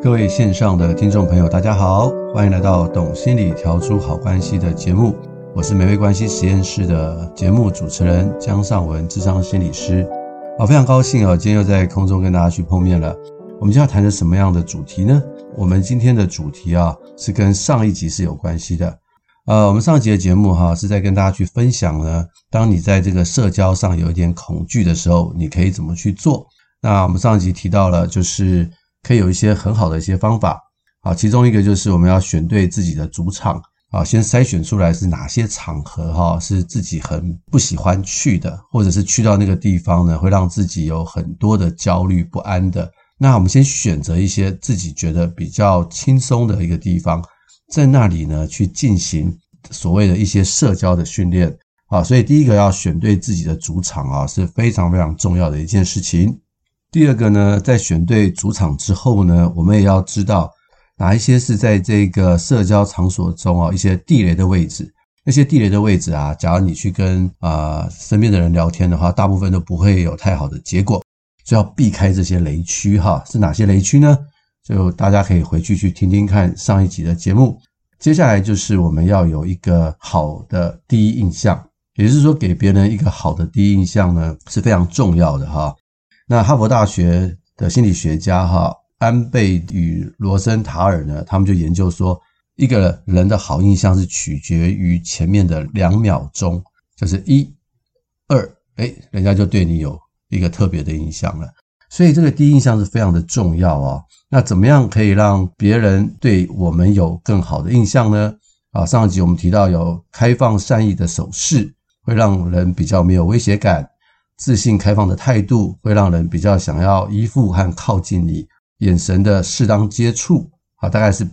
各位线上的听众朋友大家好，欢迎来到懂心理调出好关系的节目，我是美味关系实验室的节目主持人江尚文諮商心理师。非常高兴今天又在空中跟大家去碰面了。我们今天要谈的什么样的主题呢？我们今天的主题是跟上一集是有关系的。我们上一集的节目是在跟大家去分享呢，当你在这个社交上有一点恐惧的时候，你可以怎么去做。那我们上一集提到了就是可以有一些很好的一些方法其中一个就是我们要选对自己的主场先筛选出来是哪些场合是自己很不喜欢去的，或者是去到那个地方呢会让自己有很多的焦虑不安的。那我们先选择一些自己觉得比较轻松的一个地方，在那里呢去进行所谓的一些社交的训练所以第一个要选对自己的主场是非常非常重要的一件事情。第二个呢，在选对主场之后呢，我们也要知道哪一些是在这个社交场所中一些地雷的位置。那些地雷的位置假如你去跟身边的人聊天的话，大部分都不会有太好的结果，所以要避开这些雷区是哪些雷区呢？就大家可以回去听听看上一集的节目。接下来就是我们要有一个好的第一印象，也就是说给别人一个好的第一印象呢是非常重要的那哈佛大学的心理学家安贝与罗森塔尔呢，他们就研究说一个人的好印象是取决于前面的2秒钟，就是1、2，人家就对你有一个特别的印象了。所以这个第一印象是非常的重要那怎么样可以让别人对我们有更好的印象呢？上一集我们提到有开放善意的手势会让人比较没有威胁感，自信开放的态度会让人比较想要依附和靠近你，眼神的适当接触大概是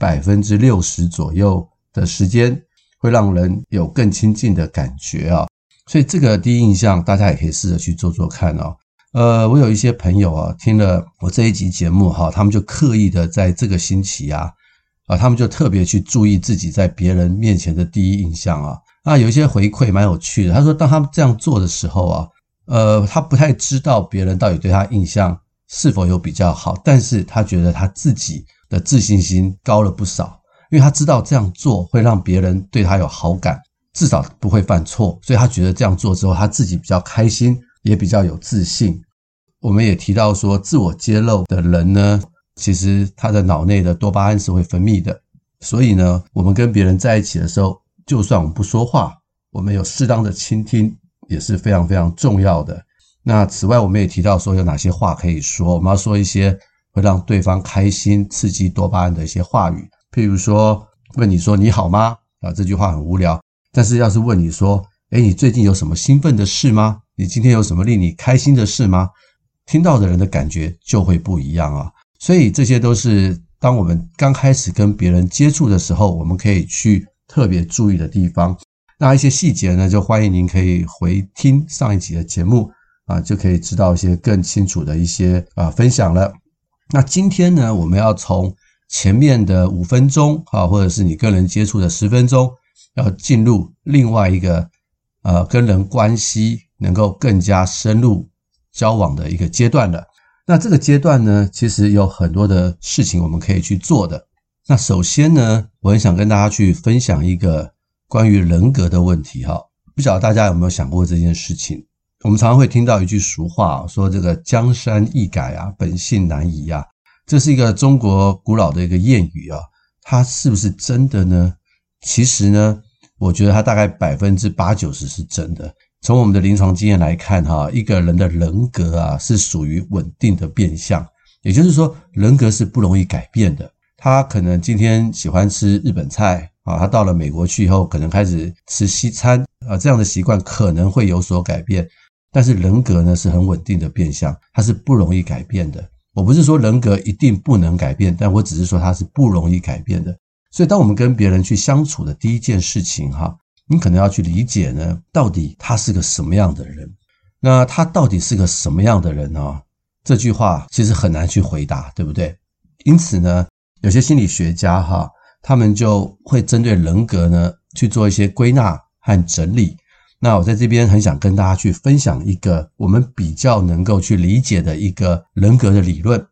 60% 左右的时间会让人有更亲近的感觉所以这个第一印象大家也可以试着去做做看我有一些朋友听了我这一集节目他们就刻意的在这个星期他们就特别去注意自己在别人面前的第一印象有一些回馈蛮有趣的。他说当他们这样做的时候他不太知道别人到底对他印象是否有比较好，但是他觉得他自己的自信心高了不少，因为他知道这样做会让别人对他有好感，至少不会犯错，所以他觉得这样做之后他自己比较开心，也比较有自信。我们也提到说自我揭露的人呢，其实他的脑内的多巴胺是会分泌的，所以呢我们跟别人在一起的时候，就算我们不说话，我们有适当的倾听也是非常非常重要的。那此外我们也提到说有哪些话可以说，我们要说一些会让对方开心刺激多巴胺的一些话语，譬如说问你说你好吗这句话很无聊，但是要是问你说你最近有什么兴奋的事吗？你今天有什么令你开心的事吗？听到的人的感觉就会不一样所以这些都是当我们刚开始跟别人接触的时候，我们可以去特别注意的地方。那一些细节呢，就欢迎您可以回听上一集的节目就可以知道一些更清楚的一些分享了。那今天呢，我们要从前面的5分钟或者是你跟人接触的10分钟，要进入另外一个跟人关系能够更加深入交往的一个阶段了。那这个阶段呢，其实有很多的事情我们可以去做的。那首先呢，我很想跟大家去分享一个关于人格的问题不晓得大家有没有想过这件事情。我们常常会听到一句俗话说这个江山易改本性难移这是一个中国古老的一个谚语它是不是真的呢？其实呢，我觉得它大概 80-90% 是真的。从我们的临床经验来看一个人的人格是属于稳定的变相，也就是说人格是不容易改变的。他可能今天喜欢吃日本菜他到了美国去以后可能开始吃西餐这样的习惯可能会有所改变，但是人格呢是很稳定的变相，它是不容易改变的。我不是说人格一定不能改变，但我只是说它是不容易改变的。所以当我们跟别人去相处的第一件事情你可能要去理解呢，到底他是个什么样的人。那他到底是个什么样的人这句话其实很难去回答，对不对？因此呢，有些心理学家他们就会针对人格呢去做一些归纳和整理。那我在这边很想跟大家去分享一个我们比较能够去理解的一个人格的理论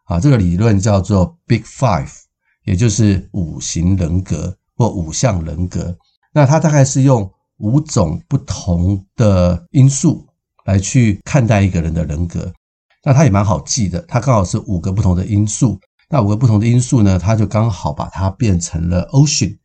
这个理论叫做 Big Five， 也就是5型人格或5项人格。那它大概是用5种不同的因素来去看待一个人的人格。那它也蛮好记的，它刚好是5个不同的因素。那5个不同的因素呢，它就刚好把它变成了 Ocean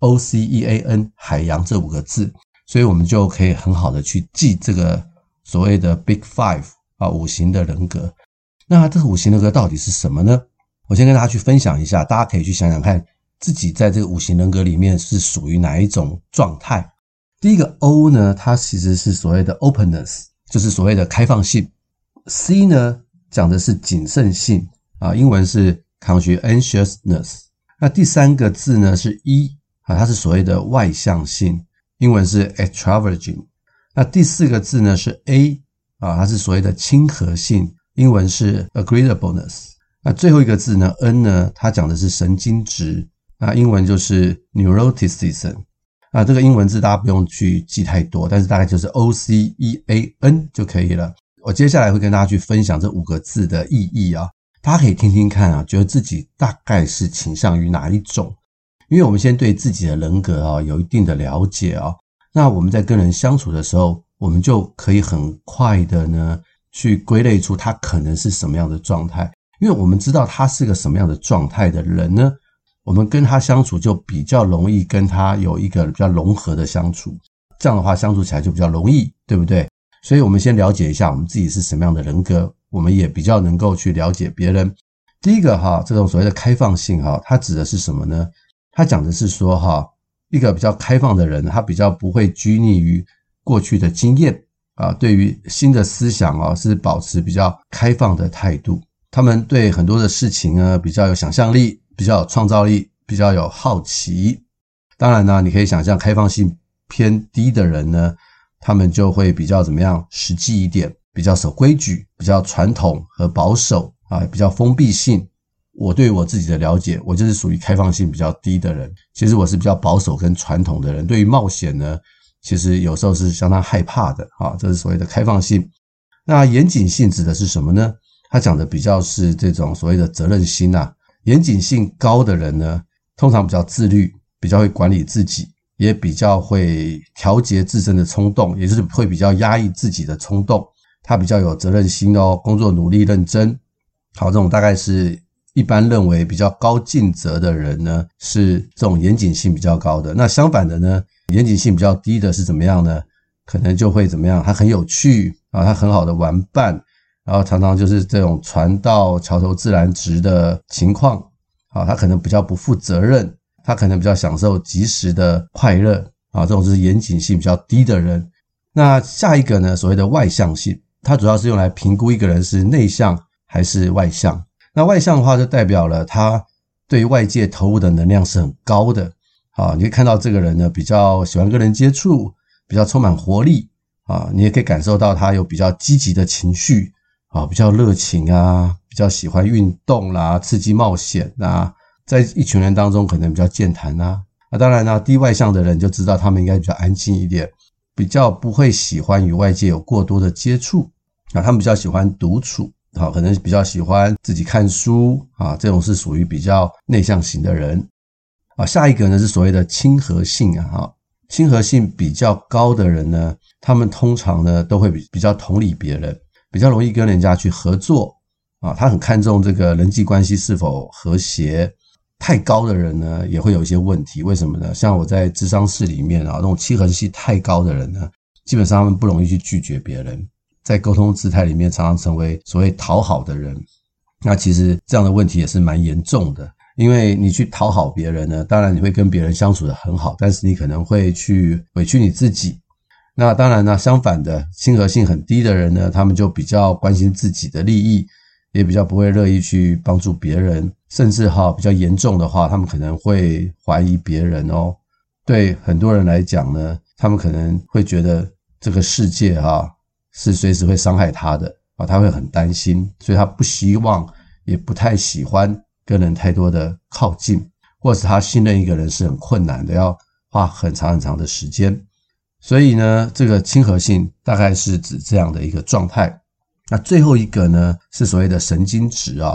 OCEAN 海洋这5个字，所以我们就可以很好的去记这个所谓的 Big Five 5型的人格。那这个5型人格到底是什么呢？我先跟大家去分享一下，大家可以去想想看自己在这个5型人格里面是属于哪一种状态。第一个 O 呢，它其实是所谓的 openness， 就是所谓的开放性。C 呢，讲的是谨慎性英文是 conscientiousness。那第3个字呢是 E， 它是所谓的外向性，英文是 extraversion。那第4个字呢是 A， 它是所谓的亲和性，英文是 agreeableness。那最后一个字呢 N 呢，它讲的是神经质，那英文就是 neuroticism。这个英文字大家不用去记太多，但是大概就是 OCEAN 就可以了。我接下来会跟大家去分享这5个字的意义大家可以听听看觉得自己大概是倾向于哪一种。因为我们先对自己的人格有一定的了解那我们在跟人相处的时候，我们就可以很快的呢去归类出他可能是什么样的状态。因为我们知道他是个什么样的状态的人呢，我们跟他相处就比较容易跟他有一个比较融合的相处，这样的话相处起来就比较容易，对不对？所以我们先了解一下我们自己是什么样的人格，我们也比较能够去了解别人。第一个这种所谓的开放性它指的是什么呢？它讲的是说一个比较开放的人，他比较不会拘泥于过去的经验对于新的思想是保持比较开放的态度。他们对很多的事情呢比较有想象力，比较有创造力，比较有好奇。当然呢，你可以想象开放性偏低的人呢，他们就会比较怎么样，实际一点，比较守规矩，比较传统和保守比较封闭性。我对我自己的了解，我就是属于开放性比较低的人。其实我是比较保守跟传统的人，对于冒险呢，其实有时候是相当害怕的这是所谓的开放性。那严谨性指的是什么呢？他讲的比较是这种所谓的责任心严谨性高的人呢，通常比较自律，比较会管理自己，也比较会调节自身的冲动，也就是会比较压抑自己的冲动。他比较有责任心工作努力认真。这种大概是一般认为比较高尽责的人呢，是这种严谨性比较高的。那相反的呢，严谨性比较低的是怎么样呢？可能就会怎么样，他很有趣他很好的玩伴，然后常常就是这种船到桥头自然直的情况他可能比较不负责任，他可能比较享受即时的快乐这种就是严谨性比较低的人。那下一个呢，所谓的外向性，它主要是用来评估一个人是内向还是外向。那外向的话就代表了他对于外界投入的能量是很高的你可以看到这个人呢比较喜欢跟人接触，比较充满活力你也可以感受到他有比较积极的情绪比较热情比较喜欢运动啦，刺激冒险在一群人当中可能比较健谈当然低外向的人就知道他们应该比较安静一点，比较不会喜欢与外界有过多的接触他们比较喜欢独处可能比较喜欢自己看书这种是属于比较内向型的人下一个呢是所谓的亲和性亲和性比较高的人呢，他们通常呢都会比较同理别人，比较容易跟人家去合作他很看重这个人际关系是否和谐。太高的人呢也会有一些问题，为什么呢？像我在諮商室里面那种亲和性太高的人呢，基本上他们不容易去拒绝别人，在沟通姿态里面常常成为所谓讨好的人。那其实这样的问题也是蛮严重的，因为你去讨好别人呢，当然你会跟别人相处得很好，但是你可能会去委屈你自己。那当然呢，相反的，亲和性很低的人呢，他们就比较关心自己的利益，也比较不会乐意去帮助别人，甚至比较严重的话，他们可能会怀疑别人对很多人来讲呢，他们可能会觉得这个世界是随时会伤害他的他会很担心，所以他不希望也不太喜欢跟人太多的靠近，或者是他信任一个人是很困难的，要花很长很长的时间。所以呢，这个亲和性大概是指这样的一个状态。那最后一个呢是所谓的神经质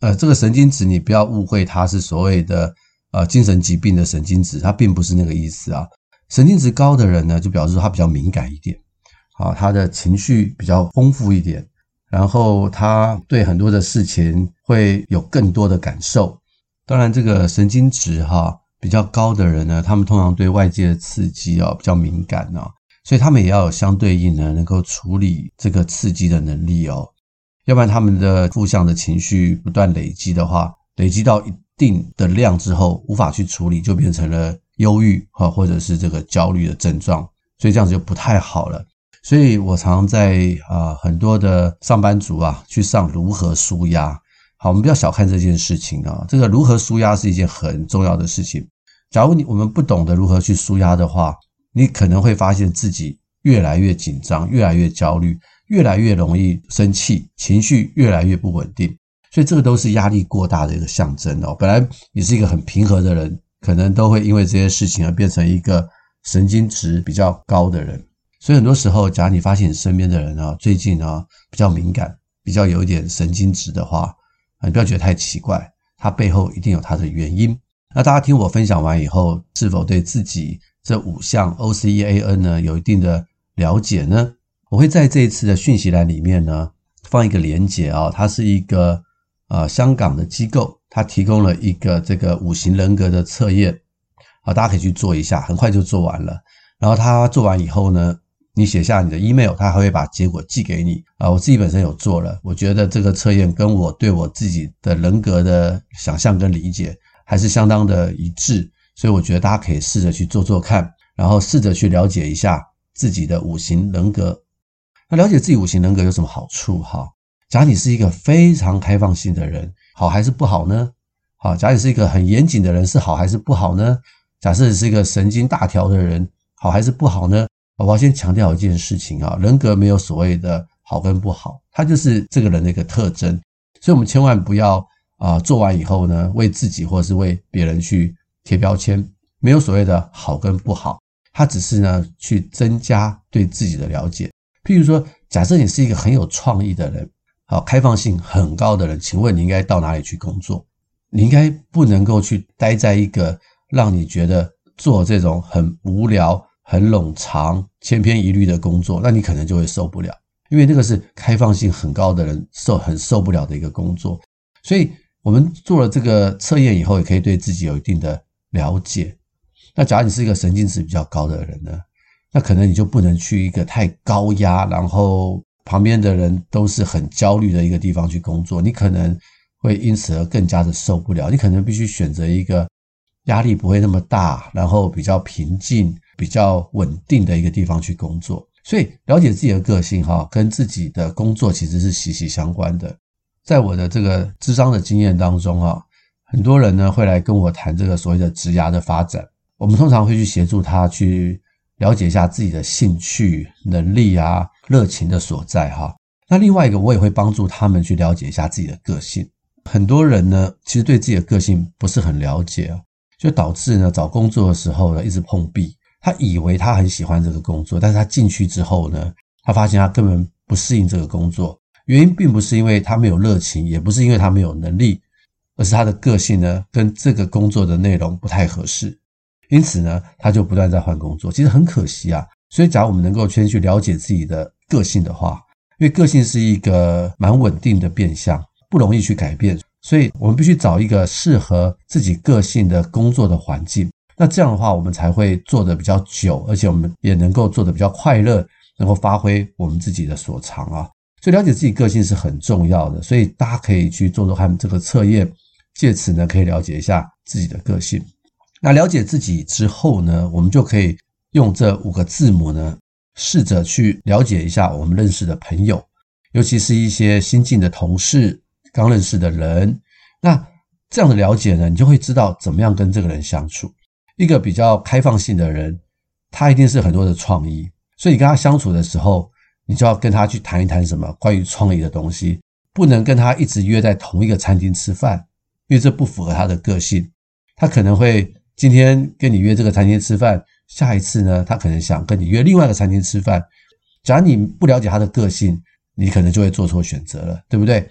这个神经质你不要误会它是所谓的精神疾病的神经质，它并不是那个意思啊。神经质高的人呢，就表示说他比较敏感一点，他的情绪比较丰富一点，然后他对很多的事情会有更多的感受。当然这个神经质比较高的人呢，他们通常对外界的刺激比较敏感所以他们也要有相对应呢能够处理这个刺激的能力要不然他们的负向的情绪不断累积的话，累积到一定的量之后无法去处理，就变成了忧郁或者是这个焦虑的症状，所以这样子就不太好了。所以我常在很多的上班族去上如何抒压。好，我们不要小看这件事情这个如何抒压是一件很重要的事情。假如我们不懂得如何去抒压的话，你可能会发现自己越来越紧张，越来越焦虑，越来越容易生气，情绪越来越不稳定。所以这个都是压力过大的一个象征本来你是一个很平和的人，可能都会因为这些事情而变成一个神经质比较高的人。所以很多时候假如你发现你身边的人最近比较敏感，比较有一点神经质的话，你不要觉得太奇怪，它背后一定有它的原因。那大家听我分享完以后，是否对自己这5项 OCEAN 呢有一定的了解呢？我会在这一次的讯息栏里面呢放一个连结它是一个香港的机构，它提供了一个这个5型人格的测验大家可以去做一下，很快就做完了。然后他做完以后呢，你写下你的 email， 他还会把结果寄给你我自己本身有做了，我觉得这个测验跟我对我自己的人格的想象跟理解还是相当的一致，所以我觉得大家可以试着去做做看，然后试着去了解一下自己的5型人格。那了解自己5型人格有什么好处假如你是一个非常开放性的人，好还是不好呢？假如你是一个很严谨的人，是好还是不好呢？假设你是一个神经大条的人，好还是不好呢？我要先强调一件事情人格没有所谓的好跟不好，它就是这个人的一个特征。所以我们千万不要做完以后呢，为自己或者是为别人去贴标签，没有所谓的好跟不好，它只是呢去增加对自己的了解。譬如说，假设你是一个很有创意的人，开放性很高的人，请问你应该到哪里去工作？你应该不能够去待在一个让你觉得做这种很无聊、很冗长、千篇一律的工作，那你可能就会受不了，因为那个是开放性很高的人很受不了的一个工作。所以我们做了这个测验以后，也可以对自己有一定的了解。那假如你是一个神经质比较高的人呢，那可能你就不能去一个太高压，然后旁边的人都是很焦虑的一个地方去工作，你可能会因此而更加的受不了。你可能必须选择一个压力不会那么大，然后比较平静、比较稳定的一个地方去工作。所以了解自己的个性跟自己的工作其实是息息相关的。在我的这个諮商的经验当中很多人呢会来跟我谈这个所谓的职涯的发展，我们通常会去协助他去了解一下自己的兴趣、能力热情的所在那另外一个，我也会帮助他们去了解一下自己的个性。很多人呢其实对自己的个性不是很了解就导致呢找工作的时候呢一直碰壁。他以为他很喜欢这个工作，但是他进去之后呢，他发现他根本不适应这个工作。原因并不是因为他没有热情，也不是因为他没有能力，而是他的个性呢跟这个工作的内容不太合适。因此呢他就不断在换工作，其实很可惜所以假如我们能够先去了解自己的个性的话，因为个性是一个蛮稳定的变项，不容易去改变，所以我们必须找一个适合自己个性的工作的环境。那这样的话我们才会做得比较久，而且我们也能够做得比较快乐，能够发挥我们自己的所长所以了解自己个性是很重要的，所以大家可以去做做看这个测验，借此呢可以了解一下自己的个性。那了解自己之后呢，我们就可以用这5个字母呢，试着去了解一下我们认识的朋友，尤其是一些新进的同事、刚认识的人。那这样的了解呢，你就会知道怎么样跟这个人相处。一个比较开放性的人，他一定是很多的创意，所以你跟他相处的时候，你就要跟他去谈一谈什么关于创意的东西，不能跟他一直约在同一个餐厅吃饭，因为这不符合他的个性。他可能会今天跟你约这个餐厅吃饭，下一次呢他可能想跟你约另外一个餐厅吃饭。假如你不了解他的个性，你可能就会做错选择了，对不对？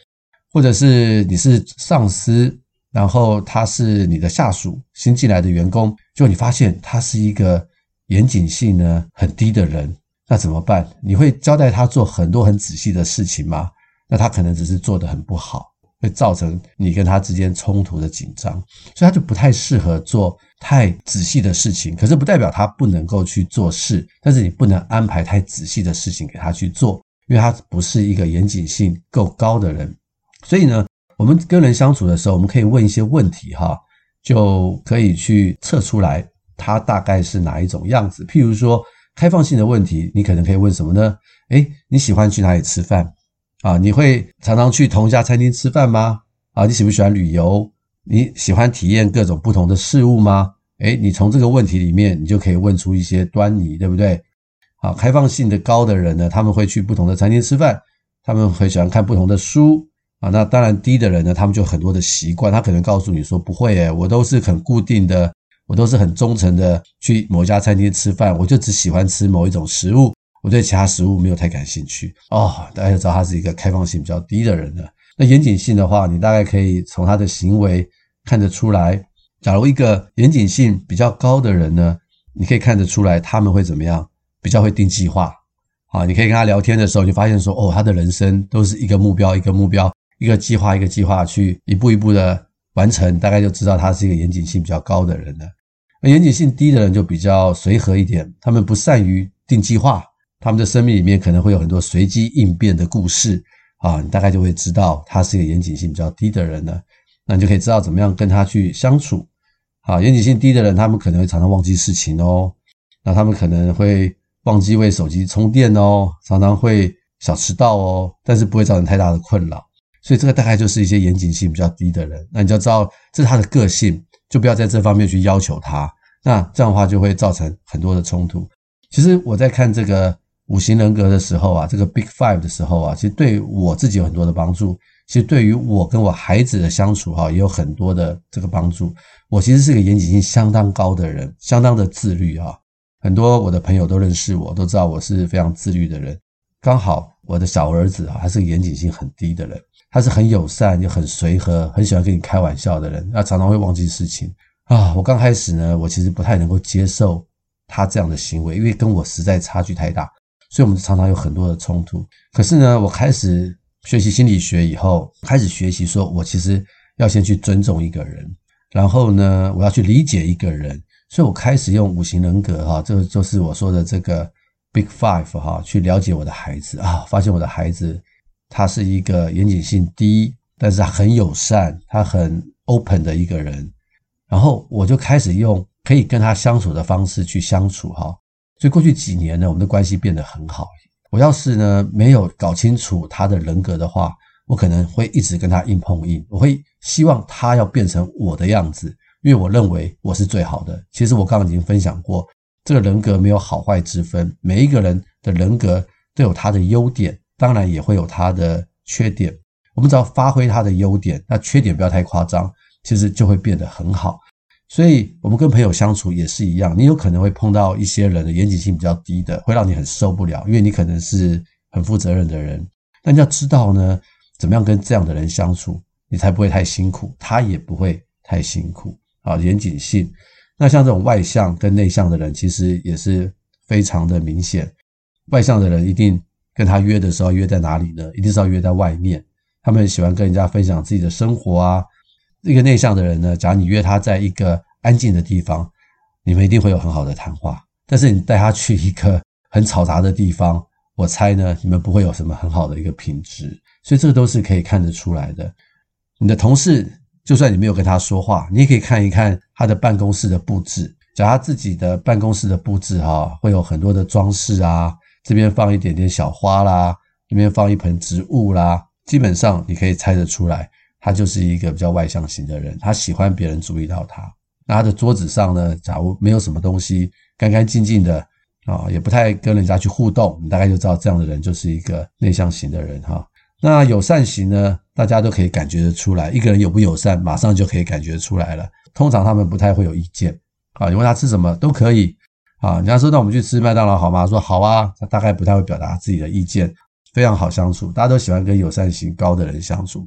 或者是你是上司，然后他是你的下属，新进来的员工，就你发现他是一个严谨性呢很低的人，那怎么办？你会交代他做很多很仔细的事情吗？那他可能只是做得很不好，会造成你跟他之间冲突的紧张，所以他就不太适合做太仔细的事情。可是不代表他不能够去做事，但是你不能安排太仔细的事情给他去做，因为他不是一个严谨性够高的人。所以呢，我们跟人相处的时候，我们可以问一些问题就可以去测出来他大概是哪一种样子。譬如说开放性的问题，你可能可以问什么呢？你喜欢去哪里吃饭？你会常常去同一家餐厅吃饭吗？你喜不喜欢旅游？你喜欢体验各种不同的事物吗？你从这个问题里面你就可以问出一些端倪，对不对？开放性的高的人呢，他们会去不同的餐厅吃饭，他们会喜欢看不同的书那当然低的人呢，他们就很多的习惯，他可能告诉你说不会我都是很固定的，我都是很忠诚的去某一家餐厅吃饭，我就只喜欢吃某一种食物，我对其他食物没有太感兴趣大家就知道他是一个开放性比较低的人了。那严谨性的话，你大概可以从他的行为看得出来，假如一个严谨性比较高的人呢，你可以看得出来他们会怎么样，比较会定计划你可以跟他聊天的时候，就发现说他的人生都是一个目标一个目标，一个计划一个计划去一步一步的完成，大概就知道他是一个严谨性比较高的人了。而严谨性低的人就比较随和一点，他们不善于定计划，他们的生命里面可能会有很多随机应变的故事你大概就会知道他是一个严谨性比较低的人了。那你就可以知道怎么样跟他去相处严谨性低的人，他们可能会常常忘记事情那他们可能会忘记为手机充电常常会小迟到但是不会造成太大的困扰。所以这个大概就是一些严谨性比较低的人，那你就知道这是他的个性，就不要在这方面去要求他，那这样的话就会造成很多的冲突。其实我在看这个五行人格的时候这个 Big Five 的时候其实对我自己有很多的帮助，其实对于我跟我孩子的相处也有很多的这个帮助。我其实是个严谨性相当高的人，相当的自律很多我的朋友都认识我，都知道我是非常自律的人。刚好我的小儿子他是个严谨性很低的人，他是很友善又很随和，很喜欢跟你开玩笑的人，常常会忘记事情我刚开始呢，我其实不太能够接受他这样的行为，因为跟我实在差距太大，所以我们常常有很多的冲突。可是呢，我开始学习心理学以后，开始学习说我其实要先去尊重一个人，然后呢我要去理解一个人，所以我开始用五行人格这就是我说的这个 Big Five 去了解我的孩子发现我的孩子他是一个严谨性低，但是他很友善，他很 open 的一个人，然后我就开始用可以跟他相处的方式去相处所以过去几年呢，我们的关系变得很好。我要是呢没有搞清楚他的人格的话，我可能会一直跟他硬碰硬，我会希望他要变成我的样子，因为我认为我是最好的。其实我刚刚已经分享过，这个人格没有好坏之分，每一个人的人格都有他的优点，当然也会有他的缺点，我们只要发挥他的优点，那缺点不要太夸张，其实就会变得很好。所以我们跟朋友相处也是一样，你有可能会碰到一些人的严谨性比较低的，会让你很受不了，因为你可能是很负责任的人，但你要知道呢，怎么样跟这样的人相处，你才不会太辛苦，他也不会太辛苦严谨性。那像这种外向跟内向的人其实也是非常的明显，外向的人一定跟他约的时候约在哪里呢？一定是要约在外面，他们喜欢跟人家分享自己的生活一个内向的人呢，假如你约他在一个安静的地方，你们一定会有很好的谈话，但是你带他去一个很嘈杂的地方，我猜呢你们不会有什么很好的一个品质。所以这个都是可以看得出来的。你的同事就算你没有跟他说话，你也可以看一看他的办公室的布置，假如他自己的办公室的布置会有很多的装饰这边放一点点小花啦，这边放一盆植物啦，基本上你可以猜得出来他就是一个比较外向型的人，他喜欢别人注意到他。那他的桌子上呢，假如没有什么东西，干干净净的也不太跟人家去互动，你大概就知道这样的人就是一个内向型的人那友善型呢，大家都可以感觉得出来，一个人友不友善马上就可以感觉出来了。通常他们不太会有意见你问他吃什么都可以人家说那我们去吃麦当劳好吗？说好他大概不太会表达自己的意见，非常好相处，大家都喜欢跟友善型高的人相处。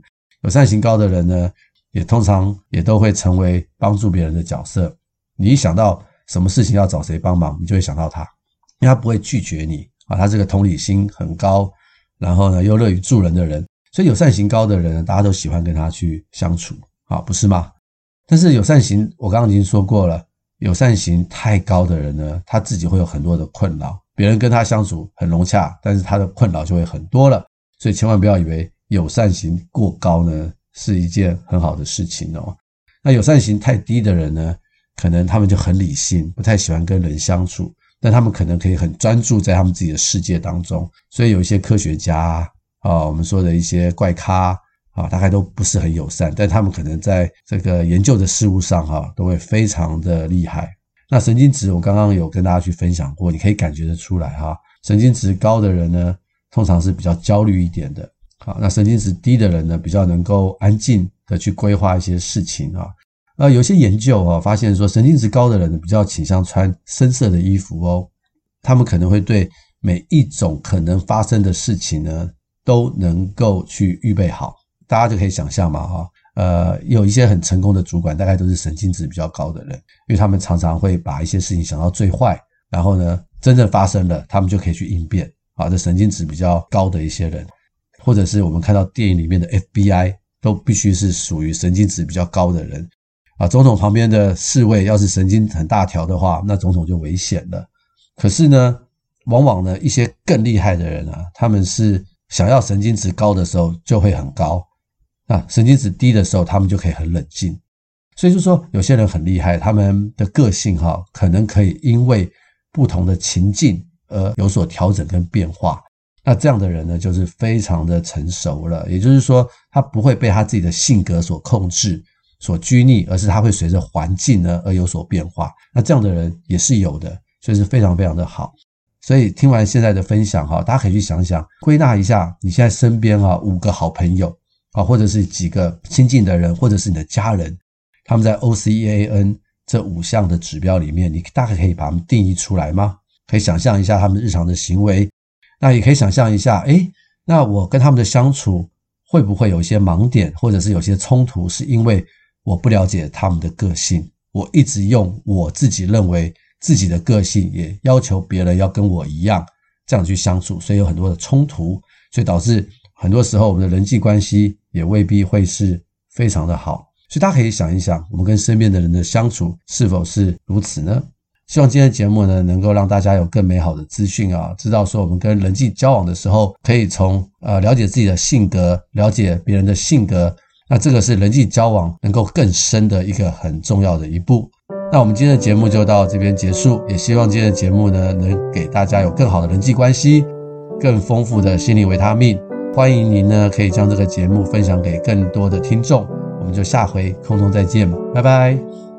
友善型高的人呢，也通常也都会成为帮助别人的角色。你一想到什么事情要找谁帮忙，你就会想到他，因为他不会拒绝你啊，他是个同理心很高，然后呢又乐于助人的人，所以友善型高的人呢，大家都喜欢跟他去相处啊，不是吗？但是友善型，我刚刚已经说过了，友善型太高的人呢，他自己会有很多的困扰，别人跟他相处很融洽，但是他的困扰就会很多了，所以千万不要以为友善型过高呢是一件很好的事情哦。那友善型太低的人呢，可能他们就很理性，不太喜欢跟人相处，但他们可能可以很专注在他们自己的世界当中，所以有一些科学家我们说的一些怪咖大概都不是很友善，但他们可能在这个研究的事物上都会非常的厉害。那神经质我刚刚有跟大家去分享过，你可以感觉得出来神经质高的人呢，通常是比较焦虑一点的，那神经质低的人呢，比较能够安静的去规划一些事情有些研究发现说，神经质高的人比较倾向穿深色的衣服他们可能会对每一种可能发生的事情呢，都能够去预备好。大家就可以想象嘛有一些很成功的主管大概都是神经质比较高的人，因为他们常常会把一些事情想到最坏，然后呢真正发生了他们就可以去应变这神经质比较高的一些人，或者是我们看到电影里面的 FBI 都必须是属于神经质比较高的人总统旁边的侍卫要是神经很大条的话，那总统就危险了。可是呢往往呢一些更厉害的人他们是想要神经质高的时候就会很高，那神经质低的时候他们就可以很冷静。所以就说有些人很厉害，他们的个性可能可以因为不同的情境而有所调整跟变化，那这样的人呢就是非常的成熟了，也就是说他不会被他自己的性格所控制所拘泥，而是他会随着环境呢而有所变化，那这样的人也是有的，所以是非常非常的好。所以听完现在的分享大家可以去想想，归纳一下你现在身边5个好朋友或者是几个亲近的人，或者是你的家人，他们在 OCEAN 这5项的指标里面，你大概可以把他们定义出来吗？可以想象一下他们日常的行为，那也可以想象一下那我跟他们的相处会不会有一些盲点，或者是有些冲突，是因为我不了解他们的个性，我一直用我自己认为自己的个性，也要求别人要跟我一样这样去相处，所以有很多的冲突，所以导致很多时候我们的人际关系也未必会是非常的好。所以大家可以想一想，我们跟身边的人的相处是否是如此呢？希望今天的节目呢，能够让大家有更美好的资讯知道说我们跟人际交往的时候，可以从了解自己的性格，了解别人的性格，那这个是人际交往能够更深的一个很重要的一步。那我们今天的节目就到这边结束，也希望今天的节目呢，能给大家有更好的人际关系，更丰富的心灵维他命。欢迎您呢，可以将这个节目分享给更多的听众。我们就下回空中再见，拜拜。